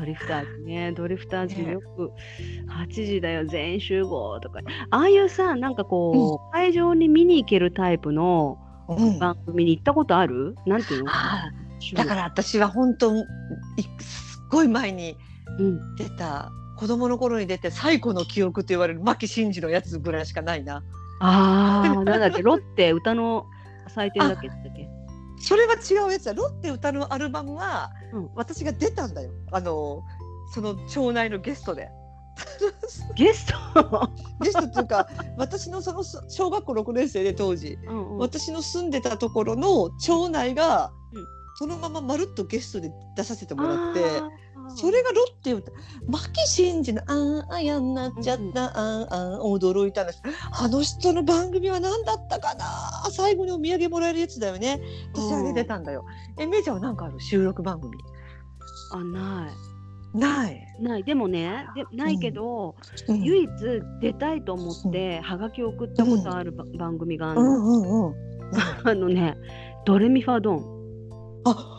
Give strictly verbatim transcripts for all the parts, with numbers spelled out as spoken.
リフターズね、ドリフターズもよくはちじだよ全員集合とか、ああいうさ、なんかこう、会場に見に行けるタイプのうん番組に行ったことある？なんていうの？ あだから私は本当いすっごい前にうん、 出た、子供の頃に出て最古の記憶と言われる牧真嗣のやつぐらいしかないな。 ああ、なんだっけ、ロッテ歌の祭典だっけだっけ。 それは違うやつだ。ロッテ歌のアルバムは、 うん、 私が出たんだよ。あのその町内のゲストで。 ゲストゲストっていうか私のその小学校ろくねん生で当時、 うんうん、 私の住んでたところの町内が、 うん、 そのまままるっとゲストで出させてもらってあそれがロッテ歌牧真嗣のあんあやんなっちゃった、うん、あんあん驚いたんです。あの人の番組は何だったかな。最後にお土産もらえるやつだよね。私あれ出たんだよ。えめいちゃんは何かある収録番組？ あ、ないないない。でもね、でないけど、 うん、 唯一出たいと思ってハガキを送ったことある、うん、番組があるの、 うんうんうん、 あのね、ドレミファドン。 あ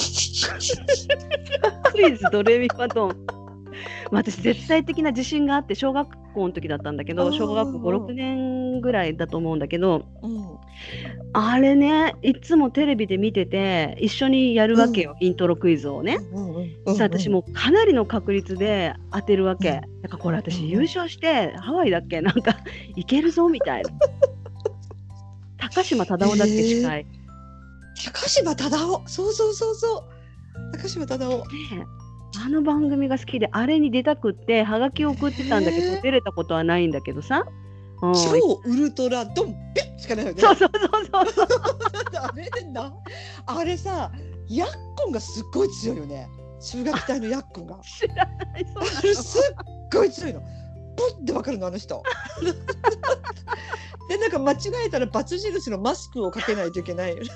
クイズドレミファドン。私絶対的な自信があって、小学校の時だったんだけど、小学校ご、ろくねんぐらいだと思うんだけど、うん、あれね、いつもテレビで見てて一緒にやるわけよ、うん、イントロクイズをね、うんうんうん、さあ私もかなりの確率で当てるわけ、うん、だからこれ私優勝してハワイだっけなんかいけるぞみたいな高島忠夫だっけ司会、 えー、高島忠夫、そうそうそうそう高島忠夫、ね、 あの番組が好きであれに出たくってハガキを送ってたんだけど、出れたことはないんだけどさ、 うん、超ウルトラドンピッしかないよね。 そうそうそうそうあれな、あれさ、ヤッコンがすっごい強いよね。中学隊のヤッコンが知らない。そうなの。 あれすっごい強いの。ポッてわかるのあの人でなんか間違えたらバツ印のマスクをかけないといけないそうそう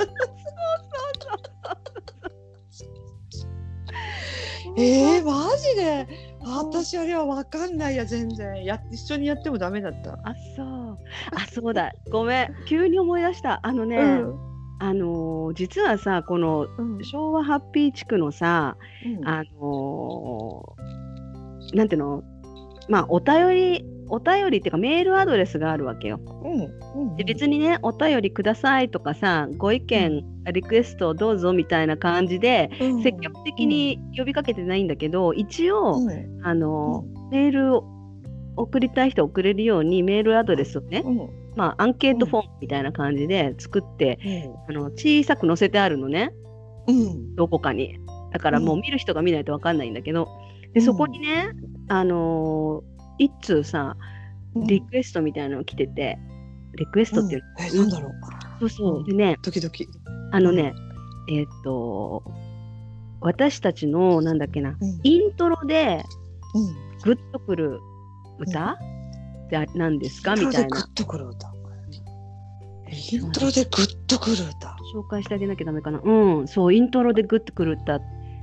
そうえー、マジで私あれは分かんないや。全然や一緒にやってもダメだった。 あ、そうあ、そうだごめん急に思い出した。あのね、うん、あのー、実はさこの昭和ハッピー地区のさ、うん、あのー、なんていうの、まあお便りお便りっていうかメールアドレスがあるわけよ、うんうんうん、で別にねお便りくださいとかさご意見、うん、リクエストどうぞみたいな感じで、うん、積極的に呼びかけてないんだけど、うん、一応、うん、あの、うん、メールを送りたい人送れるようにメールアドレスをね、うん、まあアンケートフォームみたいな感じで作って、うん、あの小さく載せてあるのね、うん、どこかに。だからもう見る人が見ないと分かんないんだけど、でそこにね、あのー一通さリクエストみたいなの来てて、うん、リクエストっていう、 うん、えなんだろう、 そうそうでね、 ドキドキ、 あのね、うん、えっと私たちのなんだっけな、うん、イントロでグッとくる歌、うん、って何ですかみたいな。 グッとくる歌、イントロでグッとくる歌紹介してあげなきゃダメかな。うん、そうイントロでグッとくる歌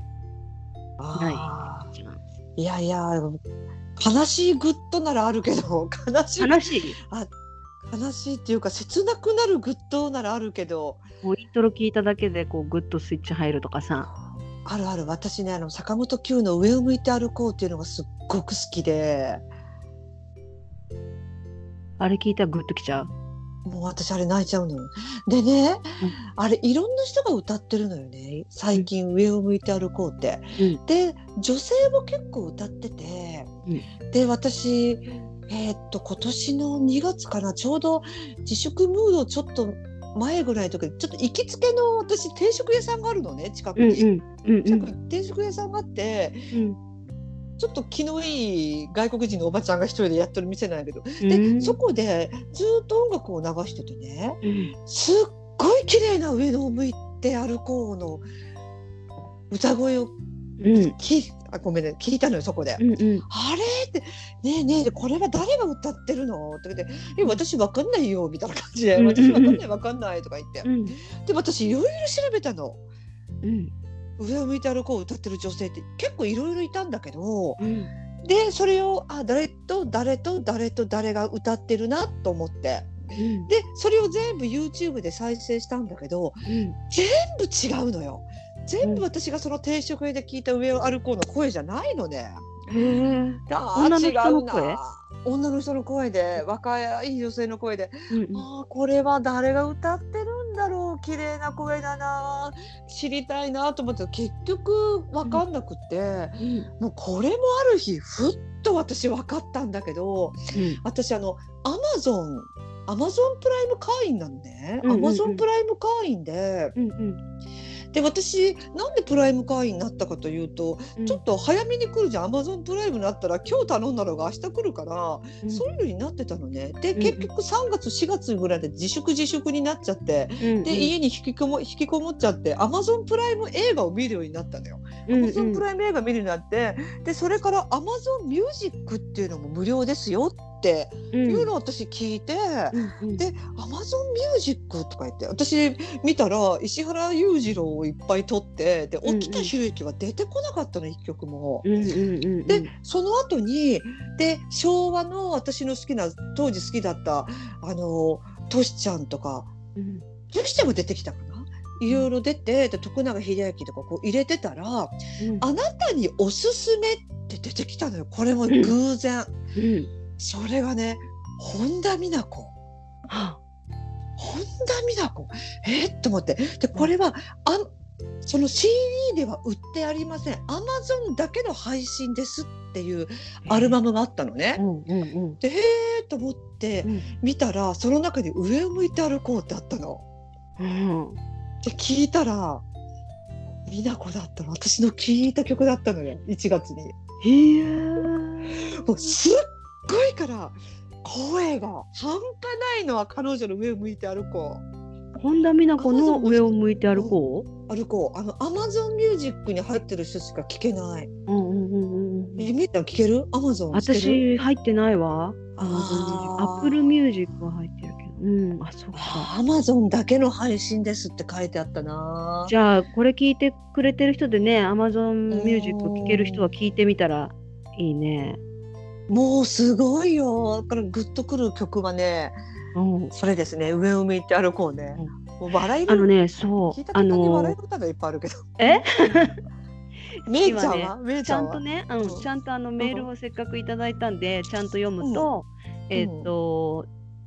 ない。いやいや悲しいグッドならあるけど悲しい悲しいあ悲しいっていうか切なくなるグッドならあるけど、 もうイントロ聞いただけでこうグッドスイッチ入るとかさ。 あるある。私ねあの坂本九の上を向いて歩こうっていうのがすっごく好きで、 あれ聞いたらグッときちゃう。 もう私あれ泣いちゃうのよ。でね、うん、あれいろんな人が歌ってるのよね最近、うん、上を向いて歩こうって、うん、で女性も結構歌ってて、うん、で私えー、っと今年のにがつかな、ちょうど自粛ムードちょっと前ぐらいの時ちょっと行きつけの私定食屋さんがあるのね近くに、うんうんうん、近くに定食屋さんがあって、うんちょっと気のいい外国人のおばちゃんが一人でやってる店なんだけど、で、うん、そこでずっと音楽を流しててね、うん、すっごい綺麗な上のを向いて歩こうの歌声を、うん、きあごめんね聞いたのよそこで、うんうん、あれってねえねえこれは誰が歌ってるのって言って、え私わかんないよみたいな感じで、うん、私わかんないわかんないとか言って、うん、で私いろいろ調べたの、うん上を向いて歩こう歌ってる女性って結構いろいろいたんだけど、うん、でそれをあ誰と誰と誰と誰が歌ってるなと思って、うん、でそれを全部 YouTube で再生したんだけど、うん、全部違うのよ。 全部私がその定食屋で聞いた上を歩こうの声じゃないのね。 へえ。 あ女の人の違うな声？ 女の人の声で、若い女性の声で、 うんうん、 あこれは誰が歌ってるんだろう、綺麗な声だな、知りたいなと思って結局分かんなくって、うん、もうこれもある日ふっと私分かったんだけど、うん、私あのアマゾンアマゾンプライム会員なのね、アマゾンプライム会員で、うんうんで私なんでプライム会員になったかというと、うん、ちょっと早めに来るじゃん、アマゾンプライムになったら今日頼んだのが明日来るから、うん、そういうのになってたのね。で、うん、結局さんがつしがつぐらいで自粛自粛になっちゃって、うん、で家に引きこも、引きこもっちゃってアマゾンプライム映画を見るようになったのよ。アマゾンプライム映画見るようになって、でそれからアマゾンミュージックっていうのも無料ですよっていうのを私聞いて、うん、でアマゾンミュージックとか言って私見たら石原裕次郎をいっぱい撮って、で沖田秀之は出てこなかったの、一曲も、うんうんうんうん、でその後にで昭和の私の好きな当時好きだったあのトシちゃんとか、うん、トシちゃんも出てきたかな、いろいろ出て、で徳永英明とかこう入れてたら、うん、あなたにおすすめって出てきたのよ。これも偶然、うんうん、それがね本田美奈子、はあ、本田美奈子えー、っと思って、でこれはあその シーディー では売ってありません、アマゾンだけの配信ですっていうアルバムがあったのね、うんうんうん、でへーと思って見たら、その中に上を向いて歩こうってあったの、うん、で聞いたら美奈子だったの、私の聴いた曲だったのよ、いちがつに。へー、もうすっごいから声が半端ないのは彼女の上を向いて歩こう。 本田美奈子の上を向いて歩こう、歩こう、あのアマゾンミュージックに入ってる人しか聞けない。うんうんうんうん。え、みんな聞ける？アマゾン。 私入ってないわ。アマゾンミュージック、アップルミュージックは入ってるけど。うん、あ、そっか。 アマゾンだけの配信ですって書いてあったな。 じゃあこれ聞いてくれてる人でね、アマゾンミュージック聞ける人は聞いてみたらいいね。 もうすごいよ。だからグッとくる曲はね、うん、それですね、上を向いて歩こうね、うん、もう笑いる、 あのね、そう聞いた時に笑いる歌がいっぱいあるけど、 えめいちゃんは、 ね、ちゃんとね、うん、ちゃんとあのメールをせっかくいただいたんで、うん、ちゃんと読むと、うん、えっと、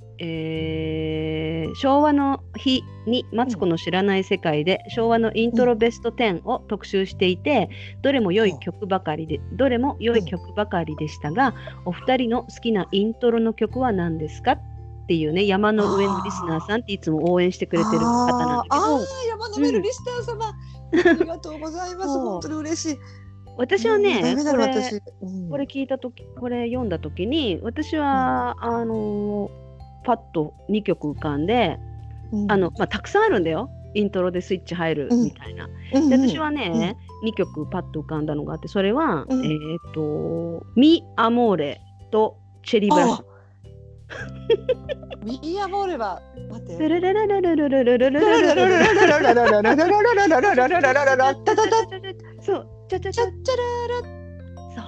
えー、昭和の日にマツコの知らない世界で、うん、昭和のイントロベストじゅうを特集していて、どれも良い曲ばかりで、どれも良い曲ばかりでしたが、お二人の好きなイントロの曲は何ですかっていうね、山の上のリスナーさんっていつも応援してくれてる方なんだけど、 ああ、山の上のリスナー様、うん、ありがとうございます本当に嬉しい。 私はね、これ、うん、これ聞いたとき、これ読んだときに、私は、うん、あのパッとにきょく浮かんで、うん、あのまあ、たくさんあるんだよ、イントロでスイッチ入るみたいな、うん、で私はね、うん、にきょくパッと浮かんだのがあって、それは、うん、えっとミ・アモーレとチェリーブラス。 ミ・アモーレは待って、そう、チャチャチャチャララ、そう、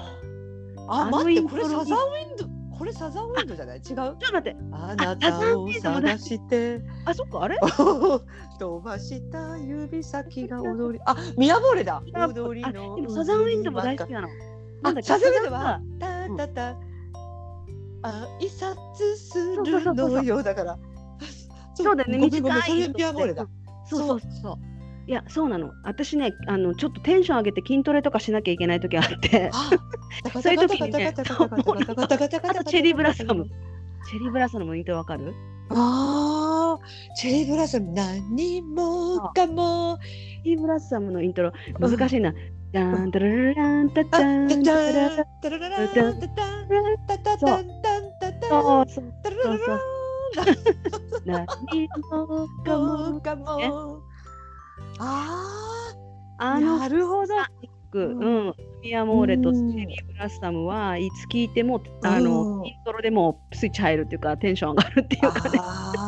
あ、待って、これサザンウィンド、これサザンウィンドじゃない？違う？ちょっと待って。 あなたを探して。 あ、そっか、あれ？ 飛ばした指先が踊り。あ、ミ・アモーレだ。踊りの。 でもサザンウィンドも大好きなの。 なんだっけ？サザンウィンドはタタタ。挨拶するのよだから。 そうだよね。短い。 ミ・アモーレだ。 そうそうそう。いや、そうなの。私ね、あのちょっとテンション上げて筋トレとかしなきゃいけない時あって、そういう時にね、あとチェリーブラッサム、チェリーブラッサムのイントロわかる？ ああ、チェリーブラッサム、何もかも。 チェリーブラッサムのイントロ難しいな。ダンタララランタタンタララタララランタタンタタタンタタそうそうそうそう。何もかもかも。 ああ、なるほど。うん、ミ・アモーレとチェリーブラッサムはいつ聴いても、あのイントロでもスイッチ入るっていうか、テンション上がるっていうかね。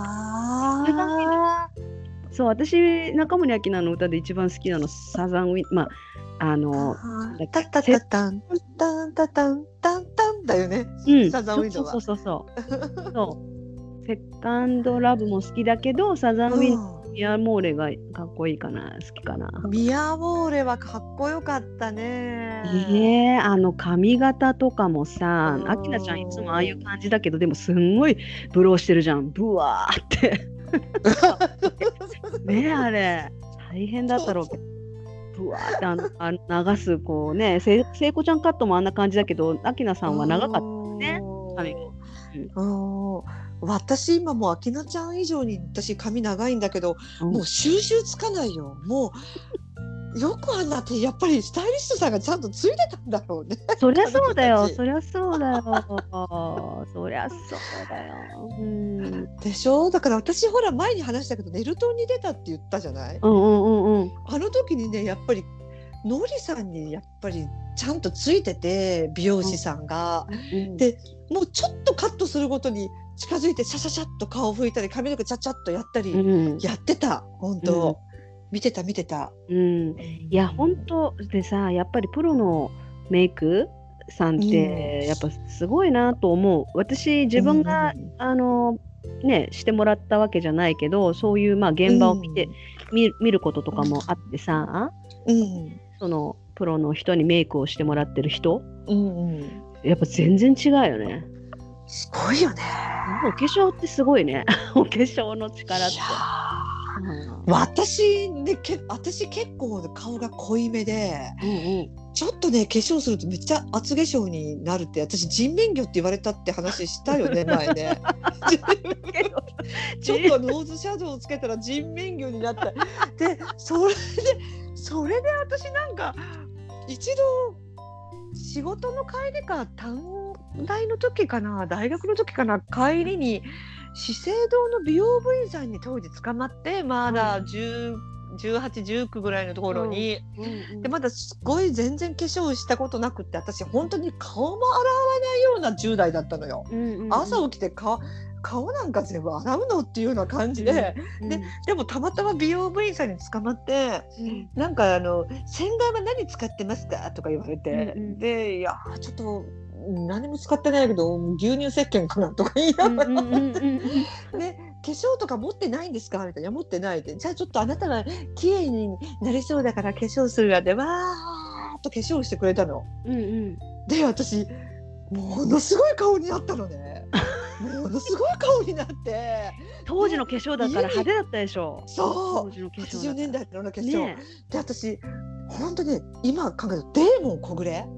そう、私中森明菜の歌で一番好きなのサザンウィン、まああのタタタタンタンタタンタンタンだよね。うん、サザンウィンドは。 そうそうそうそう。そう。セカンドラブも好きだけど、サザンウィンドミアモーレがかっこいいかな、好きかな。 ミアモーレはかっこよかったね。 ええー、あの髪型とかもさ、アキナちゃんいつもああいう感じだけど、でもすんごいブローしてるじゃん、ブワーってねえ、あれ大変だったろうけど、ブワーってあのあの流すこうね、せ聖子ちゃんカットもあんな感じだけど、アキナさんは長かったね、髪が。 うん、私今もうアキナちゃん以上に私髪長いんだけど、うん、もう収集つかないよ。もうよくあんなってやっぱりスタイリストさんがちゃんとついてたんだろうね。 そりゃそうだよ、そりゃそうだよ、そりゃそうだよ、うん、 でしょ。だから私ほら前に話したけどネルトンに出たって言ったじゃない、 うんうんうんうん、 あの時にねやっぱりノリさんにやっぱりちゃんとついてて、美容師さんが、うん、でもうちょっとカットするごとに近づいてシャシャシャッと顔拭いたり髪の毛チャチャッとやったり、うん、やってた。本当、うん、見てた見てた、 うん、いや本当でさ、やっぱりプロのメイクさんってやっぱすごいなと思う。私自分が、うん、あのねしてもらったわけじゃないけど、そういうまあ現場を見て、うん、見, 見ることとかもあってさ、うん、そのプロの人にメイクをしてもらってる人、うんうん、やっぱ全然違うよね。 すごいよね。 お化粧ってすごいね。お化粧の力って。 うん、私ね、け私結構顔が濃いめで、うんうん、ちょっとね化粧するとめっちゃ厚化粧になるって、私人面魚って言われたって話したよね前ね。ちょっとノーズシャドウをつけたら人面魚になった。でそれでそれで私なんか一度仕事の帰りか短大の時かな、大学の時かな、帰りに資生堂の美容部員さんに当時捕まって、まだじゅう、じゅうはち、じゅうきゅうぐらいのところに、うんうんうん、でまだすごい全然化粧したことなくって、私本当に顔も洗わないようなじゅう代だったのよ、うんうんうん、朝起きて顔顔なんか全部洗うのっていうような感じで、うんうん、で, でもたまたま美容部員さんに捕まって、うん、なんかあの洗顔は何使ってますかとか言われて、うんうん、でいやちょっと何も使ってないけど牛乳石鹸かなとか言いながら、うんうんうんうん、で化粧とか持ってないんですかみたいな、いや持ってないで、じゃあちょっとあなたが綺麗になりそうだから化粧するわでわーっと化粧してくれたの、うんうん、で私ものすごい顔になったのね。ものすごい顔になって当時の化粧だから派手だったでしょ。 そうはちじゅうねんだいの化粧、ね、で私本当に今考えるとデーモン小暮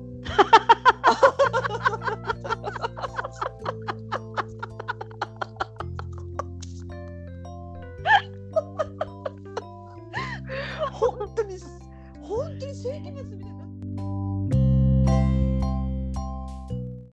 本当に本当に世紀末みたいな。